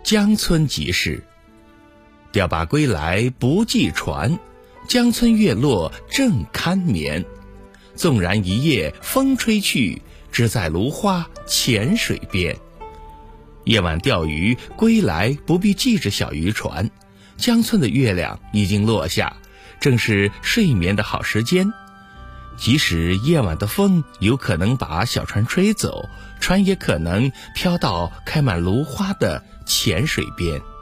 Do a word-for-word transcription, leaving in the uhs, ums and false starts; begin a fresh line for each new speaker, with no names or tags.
江村即事。钓罢归来不系船，江村月落正堪眠。纵然一夜风吹去，只在芦花浅水边。夜晚钓鱼归来不必系着小渔船，江村的月亮已经落下，正是睡眠的好时间。即使夜晚的风有可能把小船吹走，船也可能飘到开满芦花的浅水边。